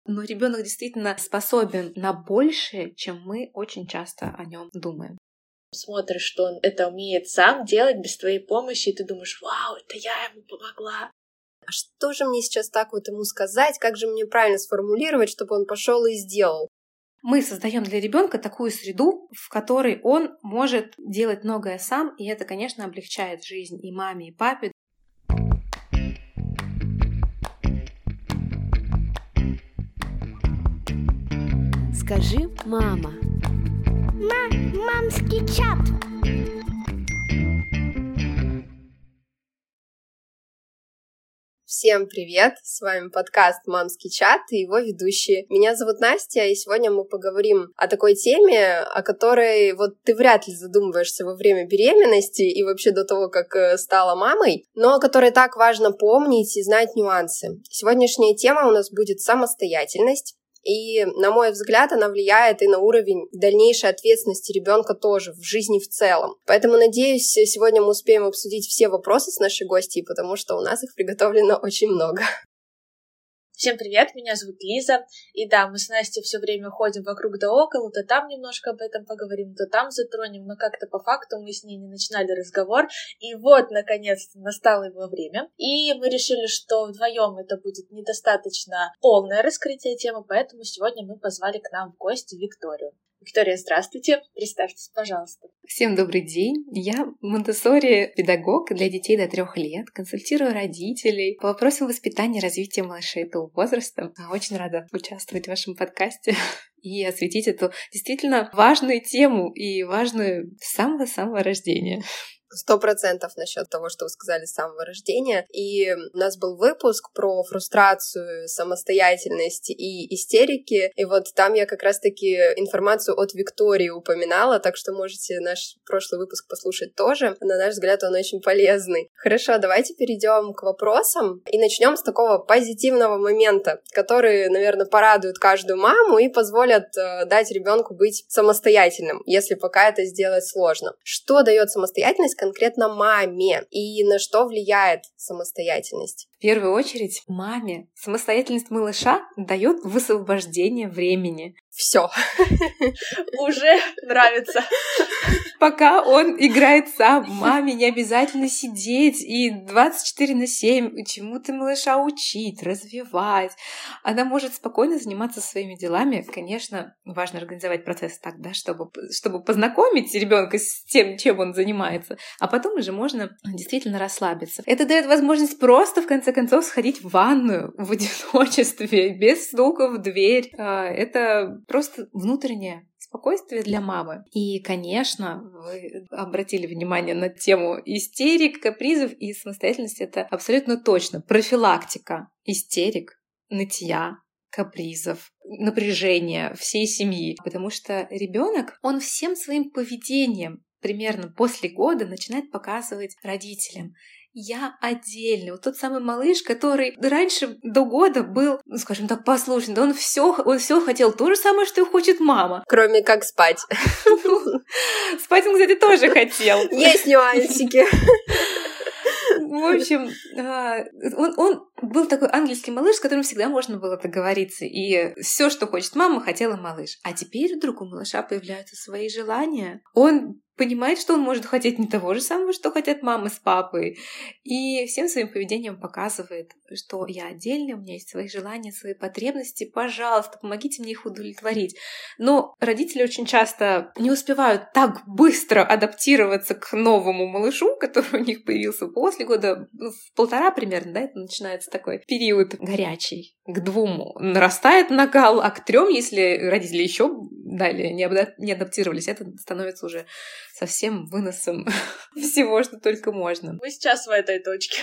Но ребенок действительно способен на большее, чем мы очень часто о нем думаем. Смотришь, что он это умеет сам делать без твоей помощи, и ты думаешь: вау, это я ему помогла. А что же мне сейчас так вот ему сказать, как же мне правильно сформулировать, чтобы он пошел и сделал? Мы создаем для ребенка такую среду, в которой он может делать многое сам, и это, конечно, облегчает жизнь и маме, и папе. Скажи, мама. Мамский чат. Всем привет! С вами подкаст «Мамский чат» и его ведущие. Меня зовут Настя, и сегодня мы поговорим о такой теме, о которой вот ты вряд ли задумываешься во время беременности и вообще до того, как стала мамой, но о которой так важно помнить и знать нюансы. Сегодняшняя тема у нас будет самостоятельность. И, на мой взгляд, она влияет и на уровень дальнейшей ответственности ребенка тоже, в жизни в целом. Поэтому, надеюсь, сегодня мы успеем обсудить все вопросы с нашей гостьей, потому что у нас их приготовлено очень много. Всем привет, меня зовут Лиза, и да, мы с Настей все время ходим вокруг да около, то там немножко об этом поговорим, то там затронем, но как-то по факту мы с ней не начинали разговор, и вот, наконец-то, настало его время, и мы решили, что вдвоем это будет недостаточно полное раскрытие темы, поэтому сегодня мы позвали к нам в гости Викторию. Виктория, здравствуйте, представьтесь, пожалуйста. Всем добрый день. Я Монтессори-педагог для детей до 3 лет, консультирую родителей по вопросам воспитания и развития малышей этого возраста. Очень рада участвовать в вашем подкасте и осветить эту действительно важную тему и важную с самого-самого рождения. 100% насчет того, что вы сказали с самого рождения. И у нас был выпуск про фрустрацию, самостоятельность и истерики. И вот там я как раз-таки информацию от Виктории упоминала, так что можете наш прошлый выпуск послушать тоже. На наш взгляд, он очень полезный. Хорошо, давайте перейдем к вопросам и начнем с такого позитивного момента, который, наверное, порадует каждую маму и позволят дать ребенку быть самостоятельным, если пока это сделать сложно. Что дает самостоятельность конкретно маме и на что влияет самостоятельность? В первую очередь, маме самостоятельность малыша дает высвобождение времени. Все. Уже нравится. Пока он играет сам, маме не обязательно сидеть и 24/7 чему-то малыша учить, развивать. Она может спокойно заниматься своими делами. Конечно, важно организовать процесс так, да, чтобы познакомить ребенка с тем, чем он занимается, а потом уже можно действительно расслабиться. Это дает возможность просто, в конце концов, сходить в ванную в одиночестве, без стука в дверь. Это просто внутреннее спокойствие для мамы. И, конечно, вы обратили внимание на тему истерик, капризов и самостоятельности. Это абсолютно точно. Профилактика истерик, нытья, капризов, напряжения всей семьи. Потому что ребенок, он всем своим поведением примерно после года начинает показывать родителям: я отдельный. Вот тот самый малыш, который раньше до года был, скажем так, послушный, да он все хотел то же самое, что и хочет мама. Кроме как спать. Спать он, кстати, тоже хотел. Есть нюансики. В общем, он был такой ангельский малыш, с которым всегда можно было договориться. И все, что хочет мама, хотела малыш. А теперь вдруг у малыша появляются свои желания. Он понимает, что он может хотеть не того же самого, что хотят мама с папой. И всем своим поведением показывает, что я отдельный, у меня есть свои желания, свои потребности. Пожалуйста, помогите мне их удовлетворить. Но родители очень часто не успевают так быстро адаптироваться к новому малышу, который у них появился после года, в 1,5 примерно, да, это начинается такой период горячий. К 2 нарастает накал, а к 3, если родители еще далее не адаптировались, это становится уже совсем выносом всего, что только можно. Мы сейчас в этой точке.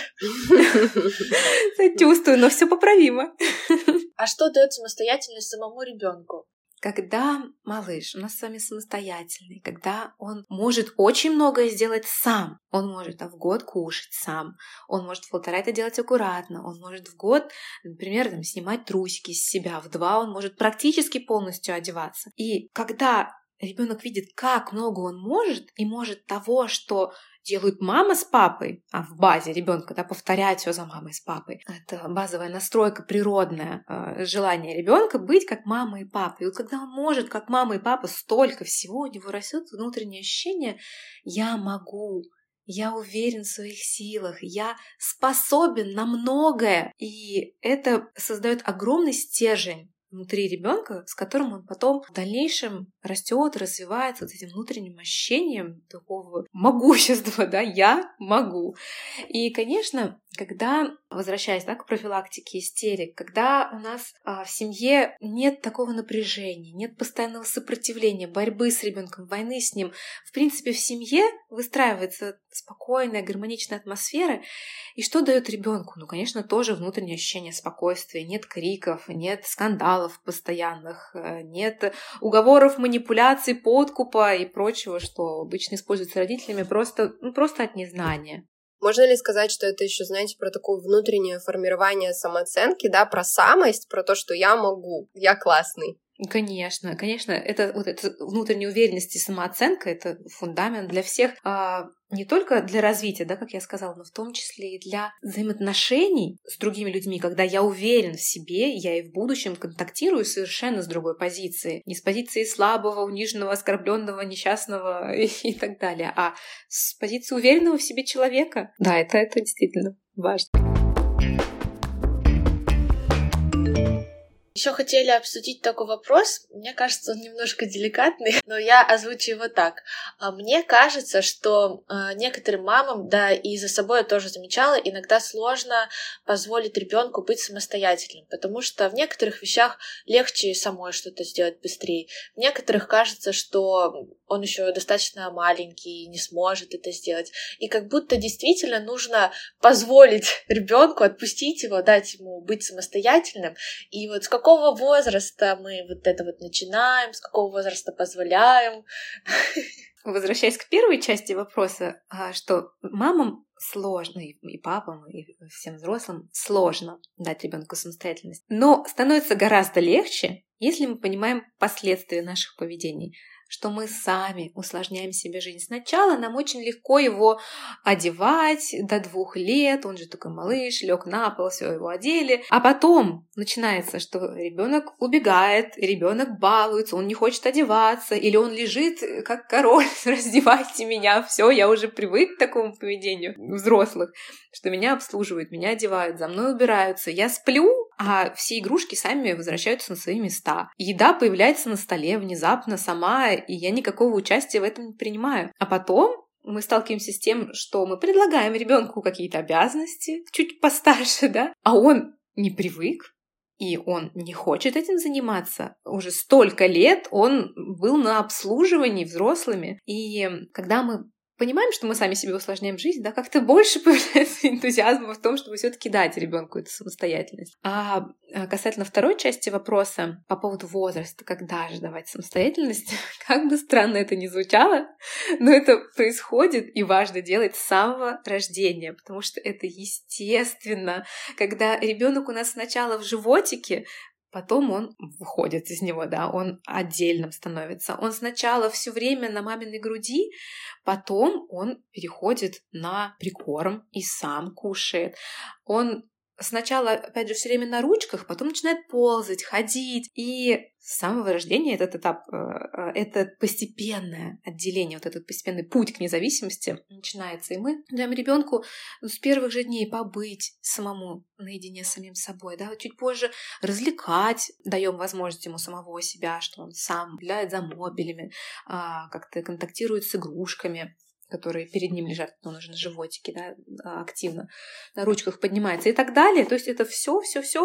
Сочувствую, но все поправимо. А что дает самостоятельность самому ребенку? Когда малыш у нас с вами самостоятельный, когда он может очень многое сделать сам, он может в год кушать сам, он может в 1,5 это делать аккуратно, он может в год, например, снимать трусики с себя, в 2 он может практически полностью одеваться. И когда ребенок видит, как много он может, и может того, что делают мама с папой, а в базе ребенка, да, повторять все за мамой с папой. Это базовая настройка природная, желание ребенка быть как мама и папа. И вот когда он может, как мама и папа, столько всего, у него растет внутреннее ощущение: я могу, я уверен в своих силах, я способен на многое. И это создает огромный стержень внутри ребенка, с которым он потом в дальнейшем растет, развивается вот этим внутренним ощущением такого могущества, да, я могу. И, конечно, когда, возвращаясь, да, к профилактике истерик, когда у нас в семье нет такого напряжения, нет постоянного сопротивления, борьбы с ребенком, войны с ним, в принципе, в семье выстраивается спокойная, гармоничная атмосфера. И что дает ребенку? Ну, конечно, тоже внутреннее ощущение спокойствия. Нет криков, нет скандалов постоянных, нет уговоров, манипуляций, подкупа и прочего, что обычно используется родителями просто от незнания. Можно ли сказать, что это еще, знаете, про такое внутреннее формирование самооценки, да, про самость, про то, что я могу, я классный? Конечно, это внутренняя уверенность и самооценка — это фундамент для всех, не только для развития, да, как я сказала, но в том числе и для взаимоотношений с другими людьми, когда я уверен в себе, я и в будущем контактирую совершенно с другой позиции, не с позиции слабого, униженного, оскорбленного, несчастного и так далее, а с позиции уверенного в себе человека. Да, это действительно важно. Еще хотели обсудить такой вопрос. Мне кажется, он немножко деликатный, но я озвучу его так. Мне кажется, что некоторым мамам, да, и за собой я тоже замечала, иногда сложно позволить ребенку быть самостоятельным, потому что в некоторых вещах легче самой что-то сделать быстрее. В некоторых кажется, что он еще достаточно маленький, не сможет это сделать. И как будто действительно нужно позволить ребенку, отпустить его, дать ему быть самостоятельным. И вот с какого возраста мы вот это вот начинаем, с какого возраста позволяем? Возвращаясь к первой части вопроса, что мамам сложно, и папам, и всем взрослым сложно дать ребенку самостоятельность. Но становится гораздо легче, если мы понимаем последствия наших поведений, что мы сами усложняем себе жизнь. Сначала нам очень легко его одевать до 2 лет, он же такой малыш, лег на пол, все его одели. А потом начинается, что ребенок убегает, ребенок балуется, он не хочет одеваться, или он лежит как король, раздевайте меня, все, я уже привык к такому поведению взрослых, что меня обслуживают, меня одевают, за мной убираются, я сплю, а все игрушки сами возвращаются на свои места. Еда появляется на столе внезапно сама, и я никакого участия в этом не принимаю. А потом мы сталкиваемся с тем, что мы предлагаем ребенку какие-то обязанности, чуть постарше, да, а он не привык, и он не хочет этим заниматься. Уже столько лет он был на обслуживании взрослыми. И когда мы понимаем, что мы сами себе усложняем жизнь, да, как-то больше появляется энтузиазма в том, чтобы все-таки дать ребенку эту самостоятельность. А касательно второй части вопроса по поводу возраста, когда же давать самостоятельность, как бы странно это ни звучало, но это происходит и важно делать с самого рождения, потому что это естественно, когда ребенок у нас сначала в животике, потом он выходит из него, да, он отдельным становится. Он сначала все время на маминой груди, потом он переходит на прикорм и сам кушает. Он сначала, опять же, все время на ручках, потом начинает ползать, ходить. И с самого рождения этот этап, это постепенное отделение, вот этот постепенный путь к независимости начинается. И мы даем ребенку с первых же дней побыть самому наедине с самим собой, да, чуть позже развлекать, даем возможность ему самого себя, что он сам гуляет за мобилями, как-то контактирует с игрушками, которые перед ним лежат, он уже на животике, да, активно на ручках поднимается и так далее. То есть это все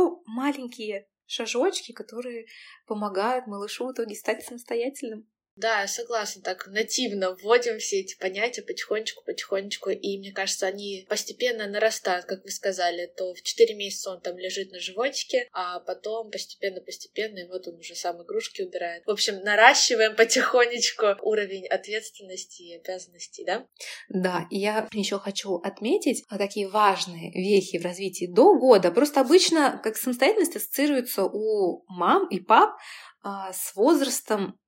маленькие шажочки, которые помогают малышу в итоге стать самостоятельным. Да, я согласна, так нативно вводим все эти понятия потихонечку, и мне кажется, они постепенно нарастают, как вы сказали, то в 4 месяца он там лежит на животике, а потом постепенно, и вот он уже сам игрушки убирает. В общем, наращиваем потихонечку уровень ответственности и обязанностей, да? Да, и я еще хочу отметить такие важные вехи в развитии до года. Просто обычно как самостоятельность ассоциируется у мам и пап с возрастом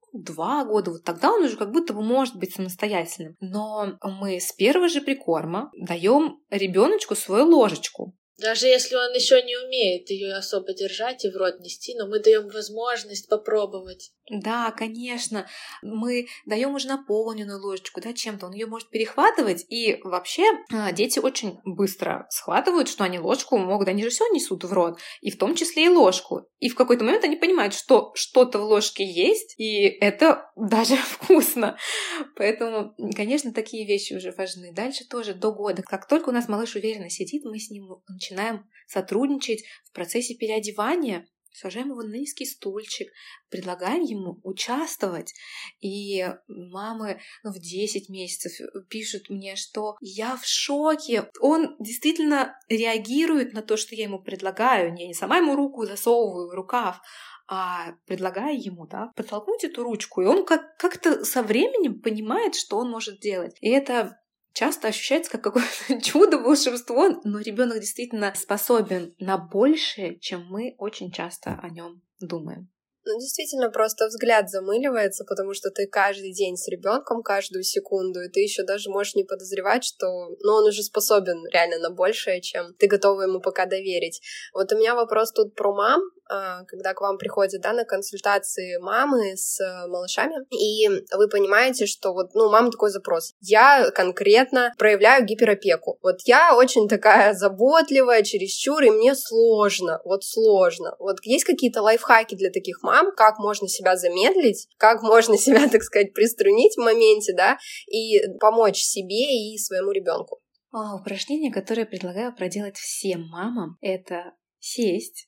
2 года, вот тогда он уже как будто бы может быть самостоятельным. Но мы с первого же прикорма даем ребеночку свою ложечку. Даже если он еще не умеет ее особо держать и в рот нести, но мы даем возможность попробовать. Да, конечно. Мы даем уже наполненную ложечку, да, чем-то. Он ее может перехватывать, и вообще дети очень быстро схватывают, что они ложку могут, они же все несут в рот, и в том числе и ложку. И в какой-то момент они понимают, что что-то в ложке есть, и это даже вкусно. Поэтому, конечно, такие вещи уже важны. Дальше тоже до года. Как только у нас малыш уверенно сидит, мы с ним начинаем сотрудничать в процессе переодевания, сажаем его на низкий стульчик, предлагаем ему участвовать. И мамы в 10 месяцев пишут мне, что я в шоке. Он действительно реагирует на то, что я ему предлагаю. Я не сама ему руку засовываю в рукав, а предлагаю ему, да, подтолкнуть эту ручку. И он как-то со временем понимает, что он может делать. И это часто ощущается как какое-то чудо, волшебство, но ребенок действительно способен на большее, чем мы очень часто о нем думаем. Ну, действительно, просто взгляд замыливается, потому что ты каждый день с ребенком, каждую секунду, и ты еще даже можешь не подозревать, что он уже способен реально на большее, чем ты готова ему пока доверить. Вот у меня вопрос тут про мам, когда к вам приходят, да, на консультации мамы с малышами, и вы понимаете, что вот, мама такой запрос. Я конкретно проявляю гиперопеку. Вот я очень такая заботливая, чересчур, и мне сложно. Вот есть какие-то лайфхаки для таких мам, как можно себя замедлить, как можно себя, так сказать, приструнить в моменте, да, и помочь себе и своему ребенку? Упражнение, которое я предлагаю проделать всем мамам, это сесть,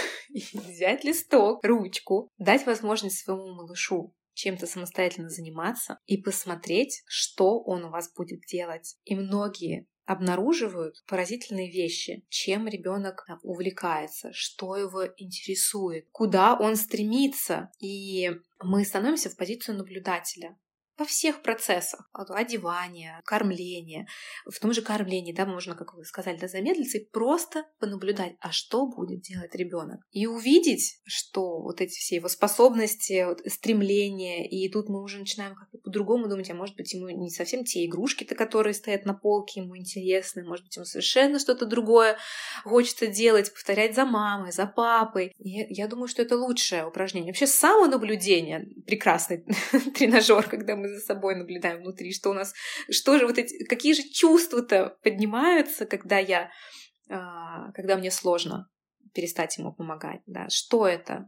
взять листок, ручку, дать возможность своему малышу чем-то самостоятельно заниматься и посмотреть, что он у вас будет делать. И многие обнаруживают поразительные вещи, чем ребенок увлекается, что его интересует, куда он стремится. И мы становимся в позицию наблюдателя во всех процессах, от одевания, кормления. В том же кормлении, да, можно, как вы сказали, да, замедлиться и просто понаблюдать, а что будет делать ребенок. И увидеть, что вот эти все его способности, стремления, и тут мы уже начинаем как-то по-другому думать, а может быть, ему не совсем те игрушки-то, которые стоят на полке, ему интересны, может быть, ему совершенно что-то другое хочется делать, повторять за мамой, за папой. И я думаю, что это лучшее упражнение. Вообще, самонаблюдение — прекрасный тренажер, когда мы за собой наблюдаем внутри, что у нас, что же вот эти, какие же чувства-то поднимаются, когда мне сложно перестать ему помогать, да, что это?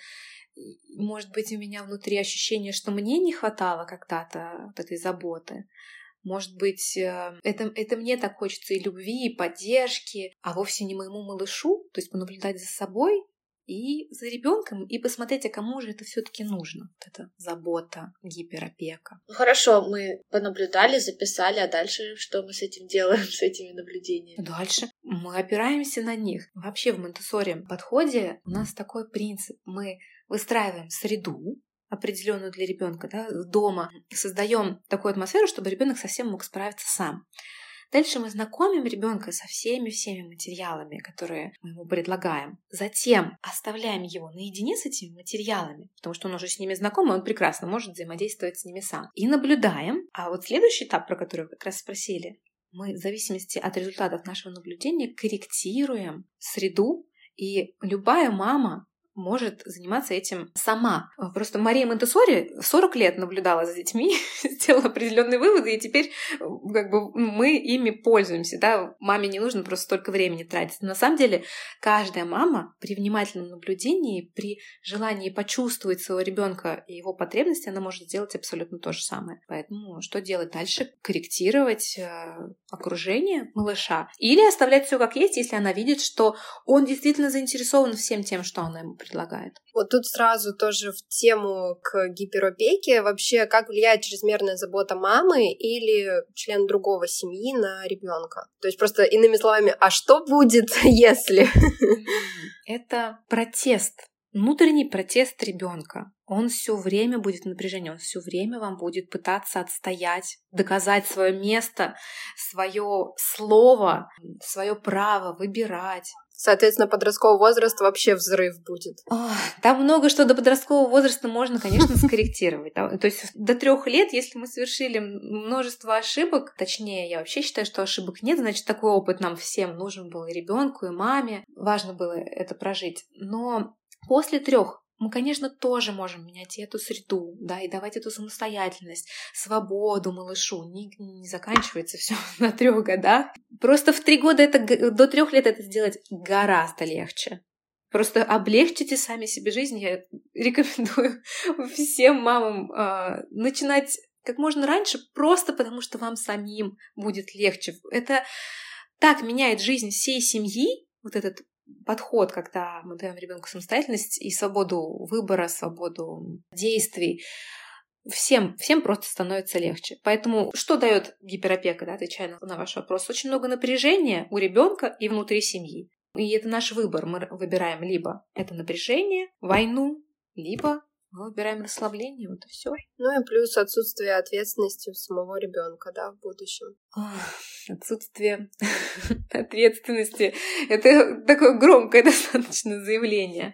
Может быть, у меня внутри ощущение, что мне не хватало когда-то вот этой заботы. Может быть, это мне так хочется и любви, и поддержки, а вовсе не моему малышу, то есть понаблюдать за собой и за ребенком, и посмотреть, а кому же это все-таки нужно. Вот эта забота, гиперопека. Ну хорошо, мы понаблюдали, записали, а дальше что мы с этим делаем, с этими наблюдениями? Дальше мы опираемся на них. Вообще в Монтессори подходе у нас такой принцип. Мы выстраиваем среду определенную для ребенка, да, дома, создаем такую атмосферу, чтобы ребенок совсем мог справиться сам. Дальше мы знакомим ребенка со всеми материалами, которые мы ему предлагаем. Затем оставляем его наедине с этими материалами, потому что он уже с ними знаком, и он прекрасно может взаимодействовать с ними сам. И наблюдаем. А вот следующий этап, про который вы как раз спросили, мы в зависимости от результатов нашего наблюдения корректируем среду, и любая мама может заниматься этим сама. Просто Мария Монтессори 40 лет наблюдала за детьми, сделала определенные выводы, и теперь мы ими пользуемся. Да? Маме не нужно просто столько времени тратить. Но на самом деле каждая мама при внимательном наблюдении, при желании почувствовать своего ребенка и его потребности, она может сделать абсолютно то же самое. Поэтому что делать дальше? Корректировать окружение малыша или оставлять все как есть, если она видит, что он действительно заинтересован всем тем, что она ему предлагает. Вот тут сразу тоже в тему к гиперопеке. Вообще, как влияет чрезмерная забота мамы или член другого семьи на ребенка? То есть просто иными словами, а что будет, если? Это протест. Внутренний протест ребенка. Он все время будет в напряжении, он все время вам будет пытаться отстоять, доказать свое место, свое слово, свое право выбирать. Соответственно, подростковый возраст вообще взрыв будет. Там много что до подросткового возраста можно, конечно, скорректировать. То есть до 3 лет, если мы совершили множество ошибок, точнее, я вообще считаю, что ошибок нет, значит, такой опыт нам всем нужен был, и ребенку, и маме. Важно было это прожить. Но после 3 мы, конечно, тоже можем менять и эту среду, да, и давать эту самостоятельность, свободу малышу. Не заканчивается все на 3 годах. Просто в 3 года до 3 лет это сделать гораздо легче. Просто облегчите сами себе жизнь. Я рекомендую всем мамам начинать как можно раньше, просто потому что вам самим будет легче. Это так меняет жизнь всей семьи, вот этот подход, когда мы даем ребенку самостоятельность и свободу выбора, свободу действий. Всем просто становится легче. Поэтому что дает гиперопека, да, отвечая на ваш вопрос? Очень много напряжения у ребенка и внутри семьи. И это наш выбор. Мы выбираем либо это напряжение, войну, либо мы выбираем расслабление, вот и все. Ну и плюс отсутствие ответственности у самого ребенка, да, в будущем. Отсутствие ответственности. Это такое громкое достаточно заявление.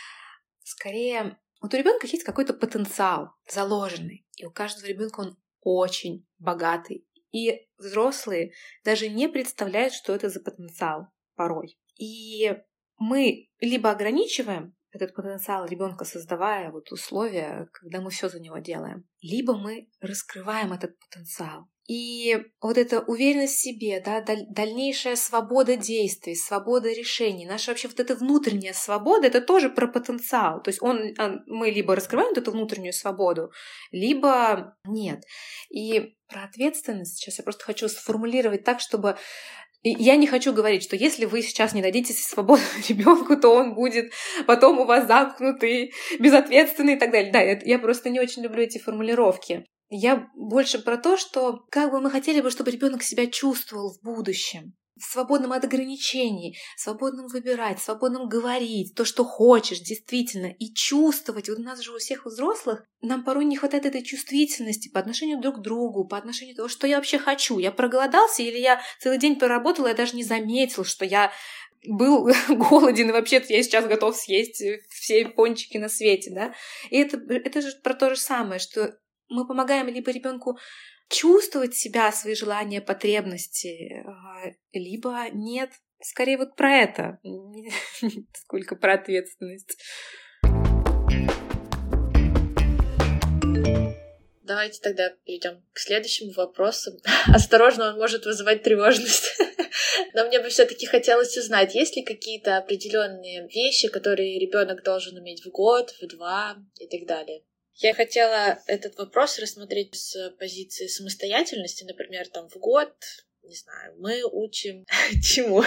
Скорее, вот у ребенка есть какой-то потенциал заложенный, и у каждого ребенка он очень богатый. И взрослые даже не представляют, что это за потенциал порой. И мы либо ограничиваем этот потенциал ребенка, создавая вот условия, когда мы все за него делаем, либо мы раскрываем этот потенциал. И вот эта уверенность в себе, да, дальнейшая свобода действий, свобода решений, наша вообще вот эта внутренняя свобода, это тоже про потенциал. То есть мы либо раскрываем вот эту внутреннюю свободу, либо нет. И про ответственность сейчас я просто хочу сформулировать так, чтобы... Я не хочу говорить, что если вы сейчас не дадите свободу ребенку, то он будет потом у вас замкнутый, безответственный и так далее. Да, я просто не очень люблю эти формулировки. Я больше про то, что как бы мы хотели бы, чтобы ребенок себя чувствовал в будущем, свободным от ограничений, свободным выбирать, свободным говорить то, что хочешь, действительно, и чувствовать. Вот у нас же у всех взрослых нам порой не хватает этой чувствительности по отношению друг к другу, по отношению к тому, что я вообще хочу. Я проголодался или я целый день проработала, я даже не заметил, что я был голоден, и вообще-то я сейчас готов съесть все пончики на свете, да. И это же про то же самое, что мы помогаем либо ребенку чувствовать себя, свои желания, потребности, либо нет. Скорее вот про это, не сколько про ответственность. Давайте тогда перейдем к следующему вопросу. Осторожно, он может вызывать тревожность. Но мне бы все-таки хотелось узнать, есть ли какие-то определенные вещи, которые ребенок должен уметь в год, в 2 и так далее. Я хотела этот вопрос рассмотреть с позиции самостоятельности, например, там в год, не знаю, мы учим чему.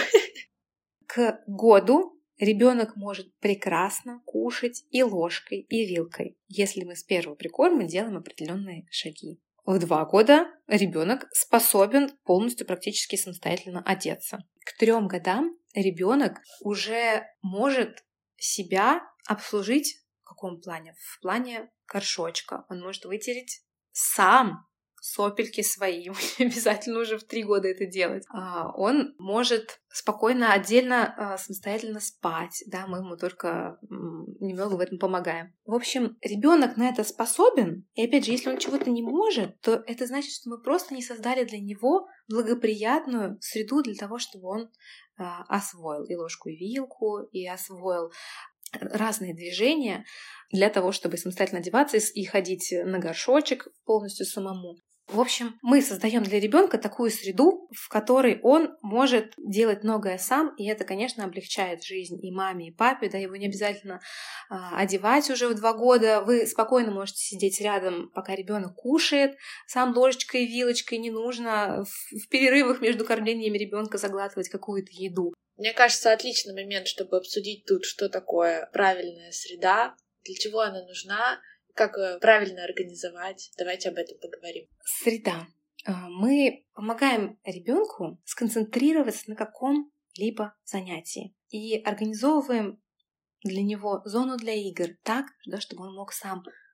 К году ребенок может прекрасно кушать и ложкой, и вилкой, если мы с первого прикорма делаем определенные шаги. В 2 года ребенок способен полностью практически самостоятельно одеться. К 3 годам ребенок уже может себя обслужить. В каком плане? В плане горшочка. Он может вытереть сам сопельки свои. Ему не обязательно уже в 3 года это делать. Он может спокойно, отдельно, самостоятельно спать. Да, мы ему только немного в этом помогаем. В общем, ребенок на это способен. И опять же, если он чего-то не может, то это значит, что мы просто не создали для него благоприятную среду для того, чтобы он освоил и ложку, и вилку, и освоил разные движения для того, чтобы самостоятельно одеваться и ходить на горшочек полностью самому. В общем, мы создаем для ребенка такую среду, в которой он может делать многое сам, и это, конечно, облегчает жизнь и маме, и папе, да, его не обязательно одевать уже в 2 года. Вы спокойно можете сидеть рядом, пока ребенок кушает, сам ложечкой и вилочкой, не нужно в перерывах между кормлениями ребенка заглатывать какую-то еду. Мне кажется, отличный момент, чтобы обсудить тут, что такое правильная среда, для чего она нужна, как правильно организовать. Давайте об этом поговорим. Среда. Мы помогаем ребенку сконцентрироваться на каком-либо занятии и организовываем для него зону для игр так, чтобы он мог сам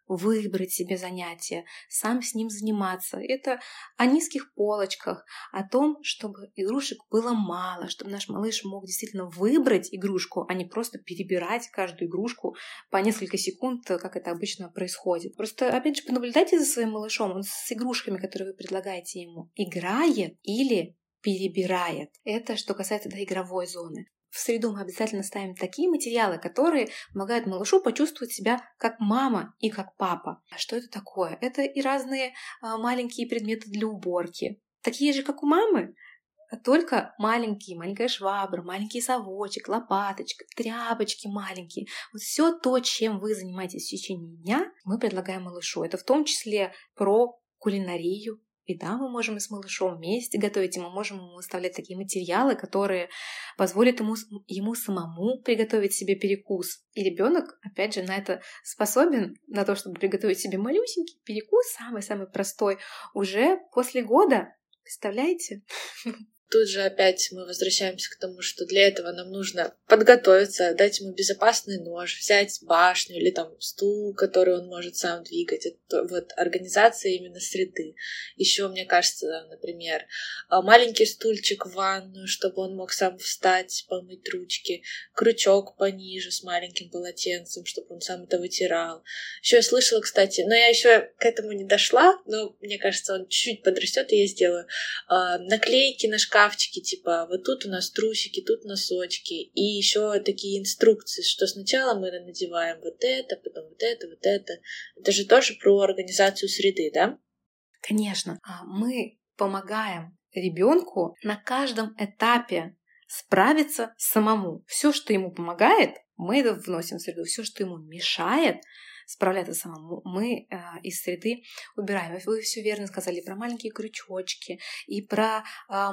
выбрать себе занятие, сам с ним заниматься. Это о низких полочках, о том, чтобы игрушек было мало, чтобы наш малыш мог действительно выбрать игрушку, а не просто перебирать каждую игрушку по несколько секунд, как это обычно происходит. Просто, опять же, понаблюдайте за своим малышом, он с игрушками, которые вы предлагаете ему, играет или перебирает. Это что касается игровой зоны. В среду мы обязательно ставим такие материалы, которые помогают малышу почувствовать себя как мама и как папа. А что это такое? Это и разные маленькие предметы для уборки. Такие же, как у мамы, только маленькие, маленькая швабра, маленький совочек, лопаточка, тряпочки маленькие. Вот все то, чем вы занимаетесь в течение дня, мы предлагаем малышу. Это в том числе про кулинарию. И да, мы можем и с малышом вместе готовить, и мы можем ему выставлять такие материалы, которые позволят ему самому приготовить себе перекус. И ребенок, опять же, на это способен, на то, чтобы приготовить себе малюсенький перекус, самый-самый простой, уже после года. Представляете? Тут же опять мы возвращаемся к тому, что для этого нам нужно подготовиться, дать ему безопасный нож, взять башню или там стул, который он может сам двигать. Это вот организация именно среды. Еще, мне кажется, например, маленький стульчик в ванную, чтобы он мог сам встать, помыть ручки, крючок пониже с маленьким полотенцем, чтобы он сам это вытирал. Еще я слышала, кстати, но я еще к этому не дошла, но мне кажется, он чуть-чуть подрастет, и я сделаю наклейки на шкафчики, типа вот тут у нас трусики, тут носочки, и еще такие инструкции, что сначала мы надеваем вот это, потом вот это, вот это. Это же тоже про организацию среды, да? Конечно. Мы помогаем ребенку на каждом этапе справиться самому. Все, что ему помогает, мы это вносим в среду. Все, что ему мешает справляться самому, мы из среды убираем. Вы все верно сказали про маленькие крючочки и про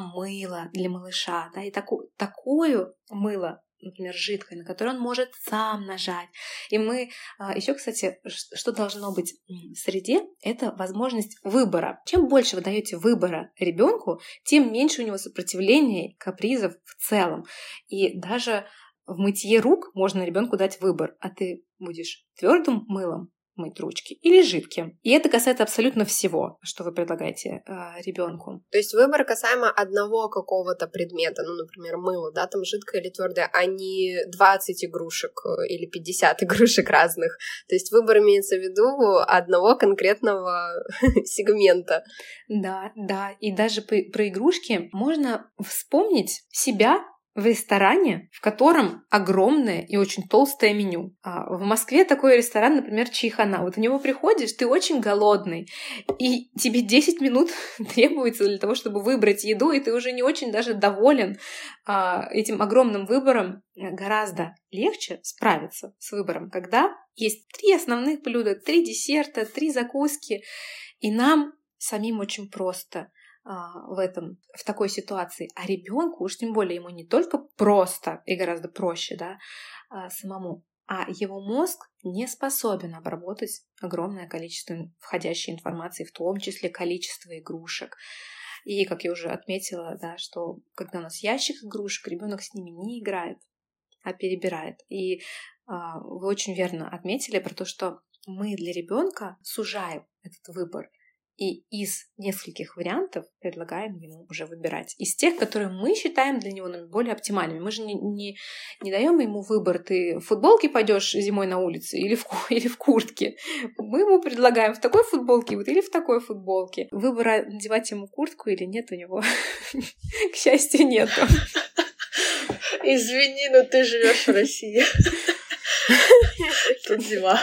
мыло для малыша, да, и такое мыло, например, жидкое, на которое он может сам нажать. И мы еще, кстати, что должно быть в среде, это возможность выбора. Чем больше вы даете выбора ребенку, тем меньше у него сопротивления, капризов в целом. И даже в мытье рук можно ребенку дать выбор. А ты будешь твердым мылом мыть ручки или жидким. И это касается абсолютно всего, что вы предлагаете ребенку. То есть выбор касаемо одного какого-то предмета, ну, например, мыло, да, там жидкое или твердое, а не 20 игрушек или 50 игрушек разных. То есть выбор имеется в виду одного конкретного сегмента. Да. И даже про игрушки можно вспомнить себя в ресторане, в котором огромное и очень толстое меню. В Москве такой ресторан, например, Чайхана. Вот в него приходишь, ты очень голодный, и тебе 10 минут требуется для того, чтобы выбрать еду, и ты уже не очень даже доволен этим огромным выбором. Гораздо легче справиться с выбором, когда есть 3 основных блюда, 3 десерта, 3 закуски, и нам самим очень просто в такой ситуации. А ребенку, уж тем более, ему не только просто и гораздо проще, да, самому, а его мозг не способен обработать огромное количество входящей информации, в том числе количество игрушек. И, как я уже отметила, да, что когда у нас ящик игрушек, ребенок с ними не играет, а перебирает. И вы очень верно отметили про то, что мы для ребенка сужаем этот выбор. И из нескольких вариантов предлагаем ему уже выбирать. Из тех, которые мы считаем для него наиболее оптимальными. Мы же не даем ему выбор, ты в футболке пойдешь зимой на улице или в куртке. Мы ему предлагаем в такой футболке или в такой футболке. Выбора, надевать ему куртку или нет, у него, к счастью, нету. Извини, но ты живешь в России. Тут зима.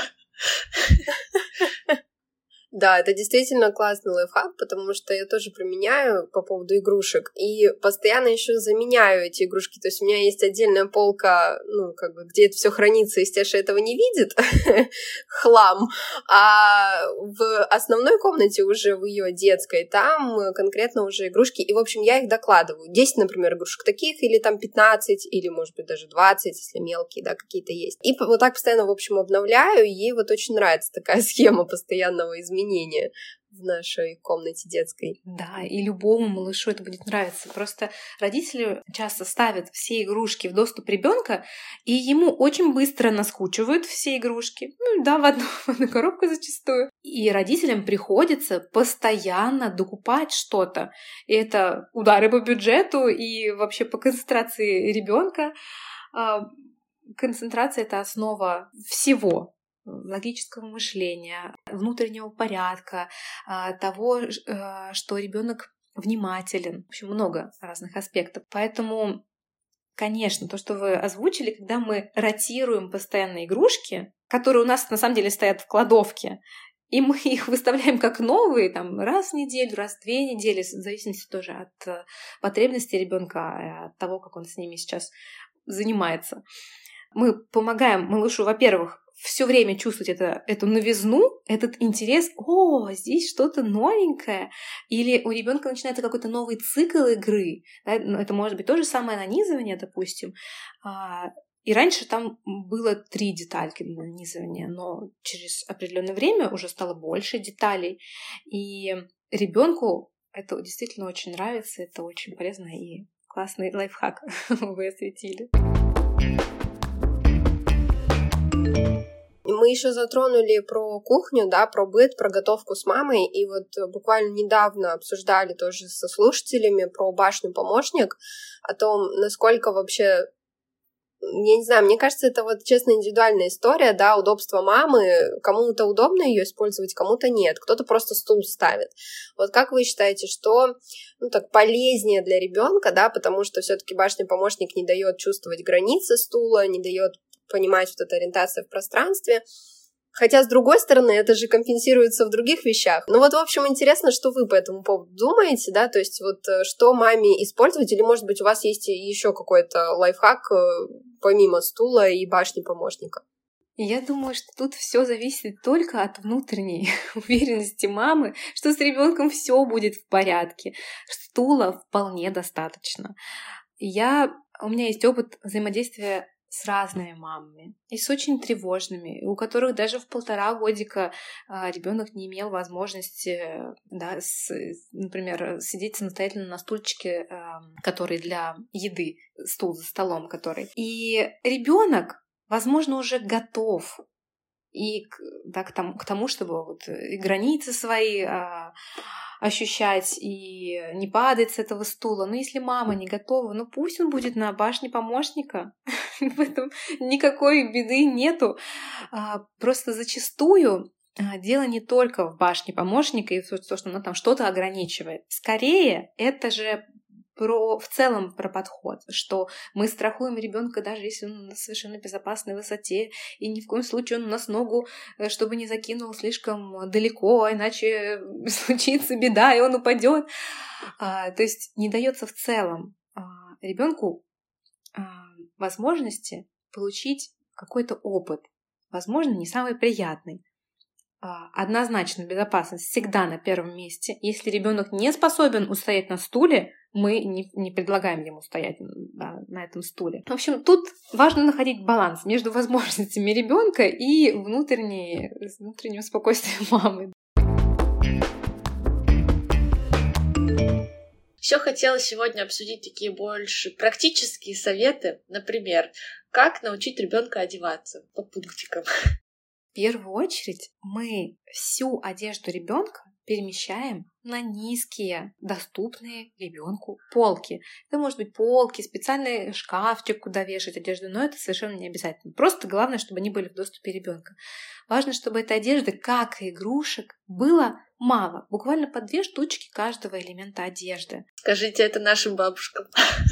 Да, это действительно классный лайфхак, потому что я тоже применяю по поводу игрушек и постоянно еще заменяю эти игрушки. То есть у меня есть отдельная полка, где это все хранится, и Стеша этого не видит, хлам. А в основной комнате уже в ее детской там конкретно уже игрушки. И, в общем, я их докладываю. 10, например, игрушек таких, или там 15, или, может быть, даже 20, если мелкие, да, какие-то есть. И вот так постоянно, в общем, обновляю, и ей вот очень нравится такая схема постоянного изменения. в нашей комнате детской. Да, и любому малышу это будет нравиться. Просто родители часто ставят все игрушки в доступ ребенка, и ему очень быстро наскучивают все игрушки. Ну да, в одну коробку зачастую. И родителям приходится постоянно докупать что-то. И это удары по бюджету и вообще по концентрации ребенка. Концентрация — это основа всего. Логического мышления, внутреннего порядка, того, что ребенок внимателен. В общем, много разных аспектов. Поэтому, конечно, то, что вы озвучили, когда мы ротируем постоянно игрушки, которые у нас на самом деле стоят в кладовке, и мы их выставляем как новые, там, раз в неделю, раз в 2 недели, в зависимости тоже от потребностей ребенка, от того, как он с ними сейчас занимается. Мы помогаем малышу, во-первых, все время чувствовать эту новизну, этот интерес. О, здесь что-то новенькое. Или у ребенка начинается какой-то новый цикл игры. Да? Это может быть то же самое нанизывание, допустим. И раньше там было 3 детальки для нанизывания, но через определенное время уже стало больше деталей. И ребенку это действительно очень нравится, это очень полезно и классный лайфхак вы осветили. Мы еще затронули про кухню, да, про быт, про готовку с мамой, и вот буквально недавно обсуждали тоже со слушателями про башню-помощник, о том, насколько вообще, я не знаю, мне кажется, это вот честно индивидуальная история, да, удобство мамы, кому-то удобно ее использовать, кому-то нет, кто-то просто стул ставит. Вот как вы считаете, что, так полезнее для ребенка, да, потому что все-таки башня-помощник не дает чувствовать границы стула, не дает понимать вот эта ориентация в пространстве. Хотя, с другой стороны, это же компенсируется в других вещах. Ну вот, в общем, интересно, что вы по этому поводу думаете, да, то есть вот что маме использовать, или, может быть, у вас есть еще какой-то лайфхак помимо стула и башни помощника? Я думаю, что тут все зависит только от внутренней уверенности мамы, что с ребенком все будет в порядке. Стула вполне достаточно. У меня есть опыт взаимодействия с разными мамами и с очень тревожными, у которых даже в 1,5 годика ребенок не имел возможности, да, например, сидеть самостоятельно на стульчике, который для еды, стул за столом, который. И ребенок, возможно, уже готов и к тому, чтобы вот и границы свои ощущать и не падать с этого стула. Но если мама не готова, пусть он будет на башне помощника. В этом никакой беды нету. Просто зачастую дело не только в башне помощника и в том, что она там что-то ограничивает. Скорее, это же в целом про подход, что мы страхуем ребенка, даже если он на совершенно безопасной высоте, и ни в коем случае он у нас ногу, чтобы не закинул слишком далеко, иначе случится беда, и он упадет. То есть не дается в целом ребенку возможности получить какой-то опыт, возможно, не самый приятный. Однозначно безопасность всегда на первом месте. Если ребенок не способен устоять на стуле, мы не предлагаем ему стоять на этом стуле. В общем, тут важно находить баланс между возможностями ребенка и внутренним спокойствием мамы. Еще хотела сегодня обсудить такие больше практические советы. Например, как научить ребенка одеваться по пунктикам. В первую очередь мы всю одежду ребенка перемещаем на низкие, доступные ребенку полки. Это может быть полки, специальный шкафчик, куда вешать одежду, но это совершенно не обязательно. Просто главное, чтобы они были в доступе ребенка. Важно, чтобы этой одежды, как и игрушек, было мало. Буквально по 2 штучки каждого элемента одежды. Скажите это нашим бабушкам.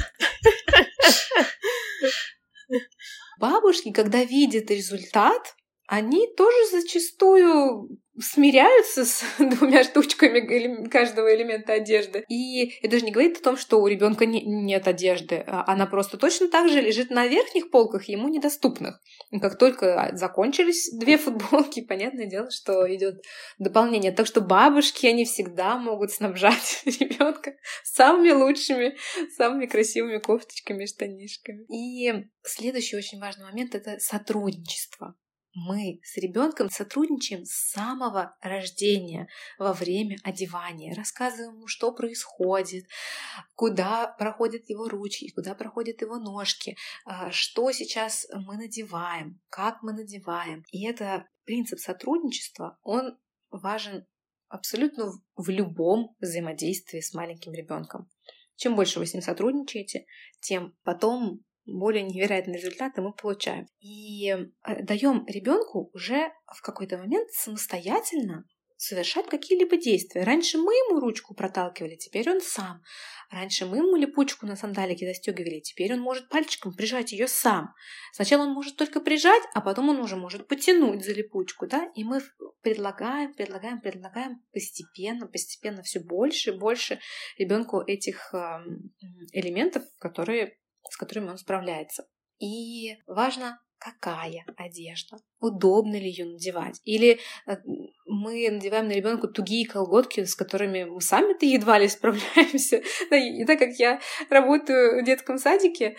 Бабушки, когда видят результат, они тоже зачастую смиряются с 2 штучками каждого элемента одежды. И это даже не говорит о том, что у ребенка нет одежды. Она просто точно так же лежит на верхних полках, ему недоступных. И как только закончились 2 футболки, понятное дело, что идет дополнение. Так что бабушки, они всегда могут снабжать ребенка самыми лучшими, самыми красивыми кофточками, штанишками. И следующий очень важный момент — это сотрудничество. мы с ребенком сотрудничаем с самого рождения во время одевания, рассказываем ему, что происходит, куда проходят его ручки, куда проходят его ножки, что сейчас мы надеваем, как мы надеваем. И это принцип сотрудничества, он важен абсолютно в любом взаимодействии с маленьким ребенком. Чем больше вы с ним сотрудничаете, тем потом более невероятные результаты мы получаем. И даем ребенку уже в какой-то момент самостоятельно совершать какие-либо действия. Раньше мы ему ручку проталкивали, теперь он сам. Раньше мы ему липучку на сандалике застегивали, теперь он может пальчиком прижать ее сам. Сначала он может только прижать, а потом он уже может потянуть за липучку, да? И мы предлагаем постепенно все больше и больше ребенку этих элементов, с которыми он справляется. И важно, какая одежда, удобно ли ее надевать. Или мы надеваем на ребенка тугие колготки, с которыми мы сами-то едва ли справляемся. И так как я работаю в детском садике,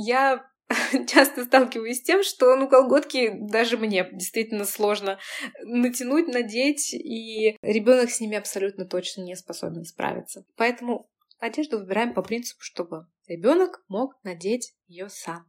я часто сталкиваюсь с тем, что колготки даже мне действительно сложно натянуть, надеть, и ребенок с ними абсолютно точно не способен справиться. Поэтому одежду выбираем по принципу, чтобы ребенок мог надеть ее сам.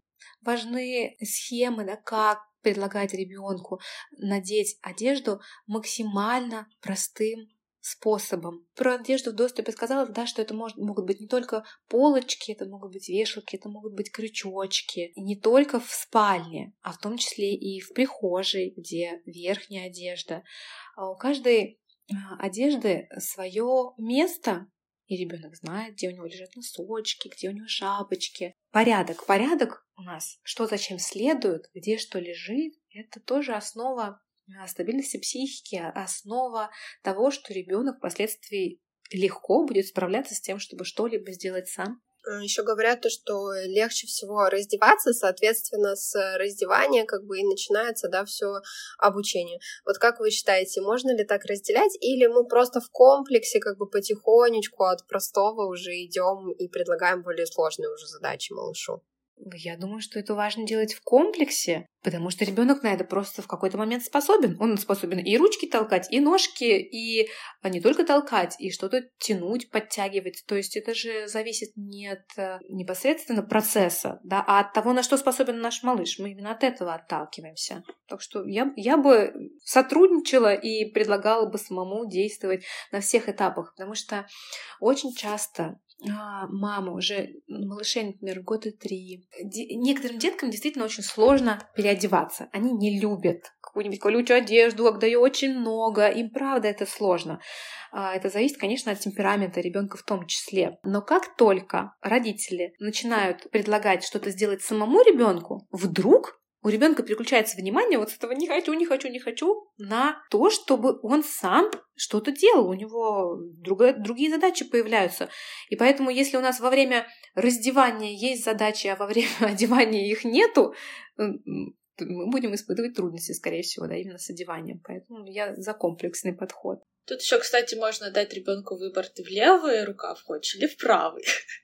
Важны схемы, да, как предлагать ребенку надеть одежду максимально простым способом. Про одежду в доступе сказала, да, что это могут быть не только полочки, это могут быть вешалки, это могут быть крючочки. И не только в спальне, а в том числе и в прихожей, где верхняя одежда. А у каждой одежды свое место, и ребенок знает, где у него лежат носочки, где у него шапочки. Порядок у нас, что зачем следует, где что лежит, это тоже основа стабильности психики, основа того, что ребенок впоследствии легко будет справляться с тем, чтобы что-либо сделать сам. Еще говорят то, что легче всего раздеваться, соответственно, с раздевания и начинается, да, все обучение. Вот как вы считаете, можно ли так разделять, или мы просто в комплексе потихонечку от простого уже идем и предлагаем более сложные уже задачи малышу? Я думаю, что это важно делать в комплексе, потому что ребенок на это просто в какой-то момент способен. Он способен и ручки толкать, и ножки, и не только толкать, и что-то тянуть, подтягивать. То есть это же зависит не от непосредственно процесса, да, а от того, на что способен наш малыш. Мы именно от этого отталкиваемся. Так что я бы сотрудничала и предлагала бы самому действовать на всех этапах, потому что очень часто мама уже малышей, например, 3 года. Некоторым деткам действительно очень сложно переодеваться. Они не любят какую-нибудь колючую одежду, когда ее очень много. Им правда это сложно. Это зависит, конечно, от темперамента ребенка в том числе. Но как только родители начинают предлагать что-то сделать самому ребенку, вдруг у ребенка переключается внимание вот с этого не хочу на то, чтобы он сам что-то делал. У него другие задачи появляются. И поэтому, если у нас во время раздевания есть задачи, а во время одевания их нету, мы будем испытывать трудности, скорее всего, да, именно с одеванием. Поэтому я за комплексный подход. Тут еще, кстати, можно дать ребенку выбор: ты в левый рукав хочешь или в правый.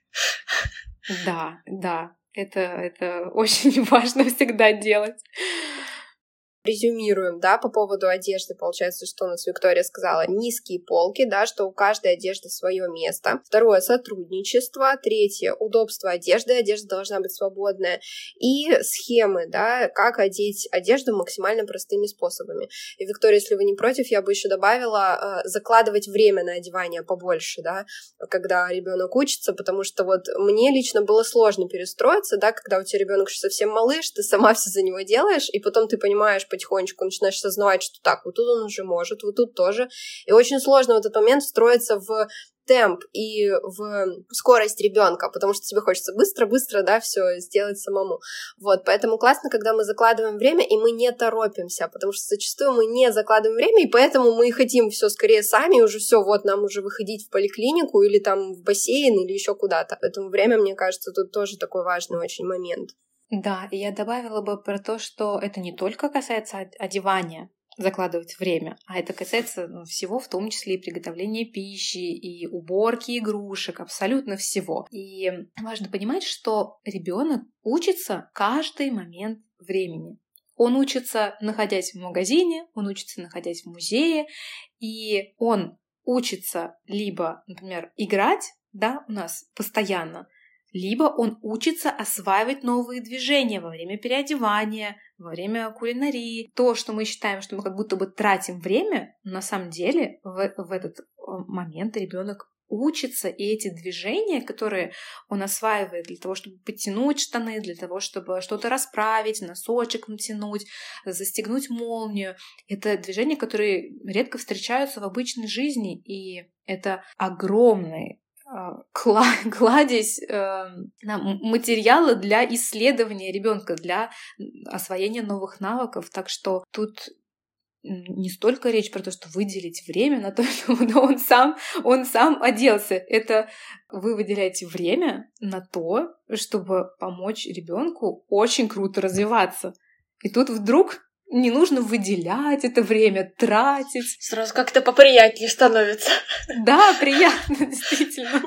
Да. Это очень важно всегда делать. Резюмируем, да, по поводу одежды. Получается, что у нас Виктория сказала: низкие полки, да, что у каждой одежды свое место. Второе — сотрудничество. Третье — удобство одежды. Одежда должна быть свободная. И схемы, да, как одеть одежду максимально простыми способами. И, Виктория, если вы не против, я бы еще добавила закладывать время на одевание побольше, да, когда ребенок учится, потому что вот мне лично было сложно перестроиться, да, когда у тебя ребенок еще совсем малыш, ты сама все за него делаешь, и потом ты понимаешь, потихонечку начинаешь сознавать, что так, вот тут он уже может, вот тут тоже. И очень сложно в этот момент встроиться в темп и в скорость ребенка, потому что тебе хочется быстро, да, все сделать самому. Вот, поэтому классно, когда мы закладываем время, и мы не торопимся, потому что зачастую мы не закладываем время, и поэтому мы хотим все скорее сами, уже все, вот нам уже выходить в поликлинику или там в бассейн или еще куда-то. Поэтому время, мне кажется, тут тоже такой важный очень момент. Да, и я добавила бы про то, что это не только касается одевания, закладывать время, а это касается всего, в том числе и приготовления пищи, и уборки игрушек, абсолютно всего. И важно понимать, что ребенок учится каждый момент времени. Он учится, находясь в магазине, он учится, находясь в музее, и он учится либо, например, играть, да, у нас постоянно, либо он учится осваивать новые движения во время переодевания, во время кулинарии. То, что мы считаем, что мы как будто бы тратим время, на самом деле в этот момент ребенок учится, и эти движения, которые он осваивает для того, чтобы подтянуть штаны, для того, чтобы что-то расправить, носочек натянуть, застегнуть молнию, это движения, которые редко встречаются в обычной жизни, и это огромный кладезь материала для исследования ребенка, для освоения новых навыков. Так что тут не столько речь про то, что выделить время на то, что он сам оделся. Это вы выделяете время на то, чтобы помочь ребенку очень круто развиваться. И тут вдруг не нужно выделять это время, тратить. Сразу как-то поприятнее становится. Да, приятно, действительно.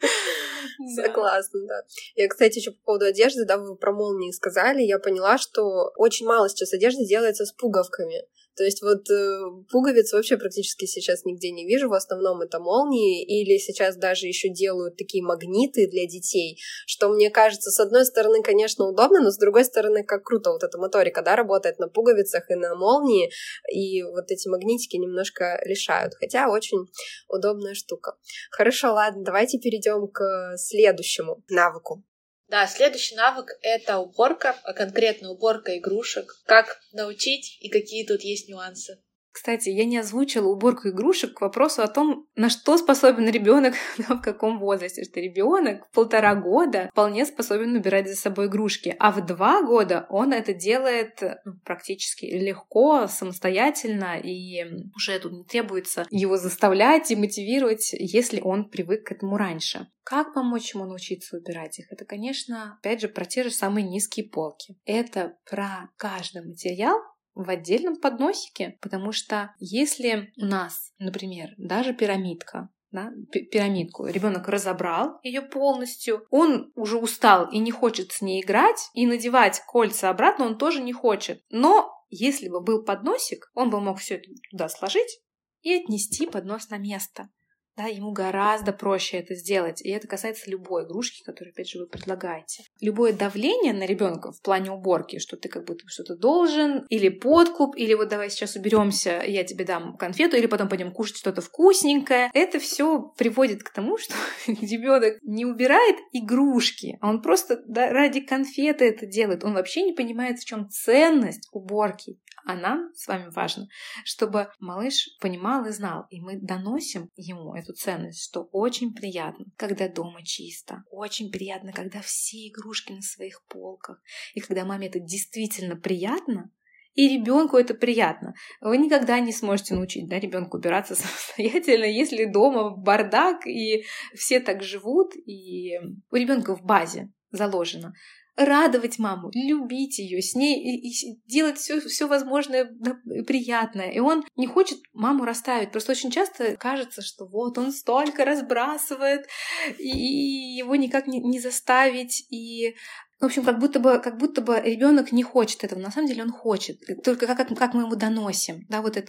Согласна, да. Я, кстати, еще по поводу одежды, да, вы про молнии сказали, я поняла, что очень мало сейчас одежды делается с пуговками. То есть вот пуговиц вообще практически сейчас нигде не вижу, в основном это молнии, или сейчас даже еще делают такие магниты для детей, что мне кажется, с одной стороны, конечно, удобно, но с другой стороны, как круто вот эта моторика, да, работает на пуговицах и на молнии, и вот эти магнитики немножко лишают, хотя очень удобная штука. Хорошо, ладно, давайте перейдем к следующему навыку. Да, следующий навык — это уборка, а конкретно уборка игрушек. Как научить и какие тут есть нюансы? Кстати, я не озвучила уборку игрушек к вопросу о том, на что способен ребенок в каком возрасте. Что ребенок в 1,5 года вполне способен убирать за собой игрушки, а в 2 года он это делает практически легко, самостоятельно, и уже тут не требуется его заставлять и мотивировать, если он привык к этому раньше. Как помочь ему научиться убирать их? Это, конечно, опять же, про те же самые низкие полки. Это про каждый материал в отдельном подносике, потому что если у нас, например, даже пирамидка, да, пирамидку ребенок разобрал ее полностью, он уже устал и не хочет с ней играть, и надевать кольца обратно он тоже не хочет. Но если бы был подносик, он бы мог все это туда сложить и отнести поднос на место. Да, ему гораздо проще это сделать. И это касается любой игрушки, которую, опять же, вы предлагаете. Любое давление на ребенка в плане уборки, что ты как будто что-то должен, или подкуп, или вот давай сейчас уберемся, я тебе дам конфету, или потом пойдем кушать что-то вкусненькое. Это все приводит к тому, что ребенок не убирает игрушки, а он просто ради конфеты это делает. Он вообще не понимает, в чем ценность уборки. А нам с вами важно, чтобы малыш понимал и знал. И мы доносим ему эту ценность, что очень приятно, когда дома чисто. Очень приятно, когда все игрушки на своих полках. И когда маме это действительно приятно, и ребенку это приятно. Вы никогда не сможете научить, да, ребенка убираться самостоятельно, если дома бардак, и все так живут, и у ребенка в базе заложено радовать маму, любить ее, с ней и делать все возможное приятное. И он не хочет маму расставить. Просто очень часто кажется, что вот он столько разбрасывает, и его никак не заставить. И в общем, как будто бы ребенок не хочет этого. На самом деле он хочет. Только как мы ему доносим, да, вот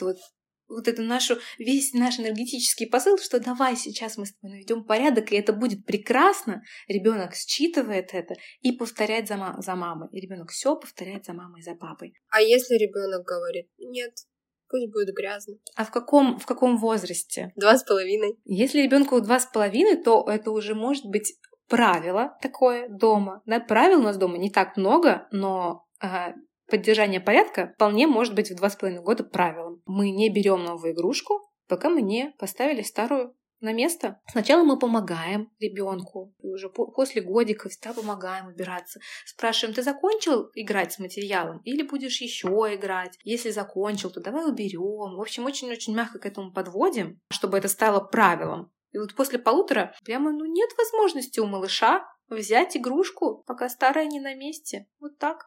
это весь наш энергетический посыл, что давай сейчас мы с тобой наведем порядок, и это будет прекрасно. Ребенок считывает это и повторяет за мамой. И ребенок все повторяет за мамой и за папой. А если ребенок говорит: нет, пусть будет грязно? А в каком возрасте? 2,5. Если ребенку 2,5, то это уже может быть правило такое дома. Да, правил у нас дома не так много, но поддержание порядка вполне может быть в 2,5 года правилом. Мы не берем новую игрушку, пока мы не поставили старую на место. Сначала мы помогаем ребенку, и уже после годика всегда помогаем убираться. Спрашиваем: ты закончил играть с материалом или будешь еще играть? Если закончил, то давай уберем. В общем, очень-очень мягко к этому подводим, чтобы это стало правилом. И вот после 1,5 прямо нет возможности у малыша взять игрушку, пока старая не на месте. Вот так.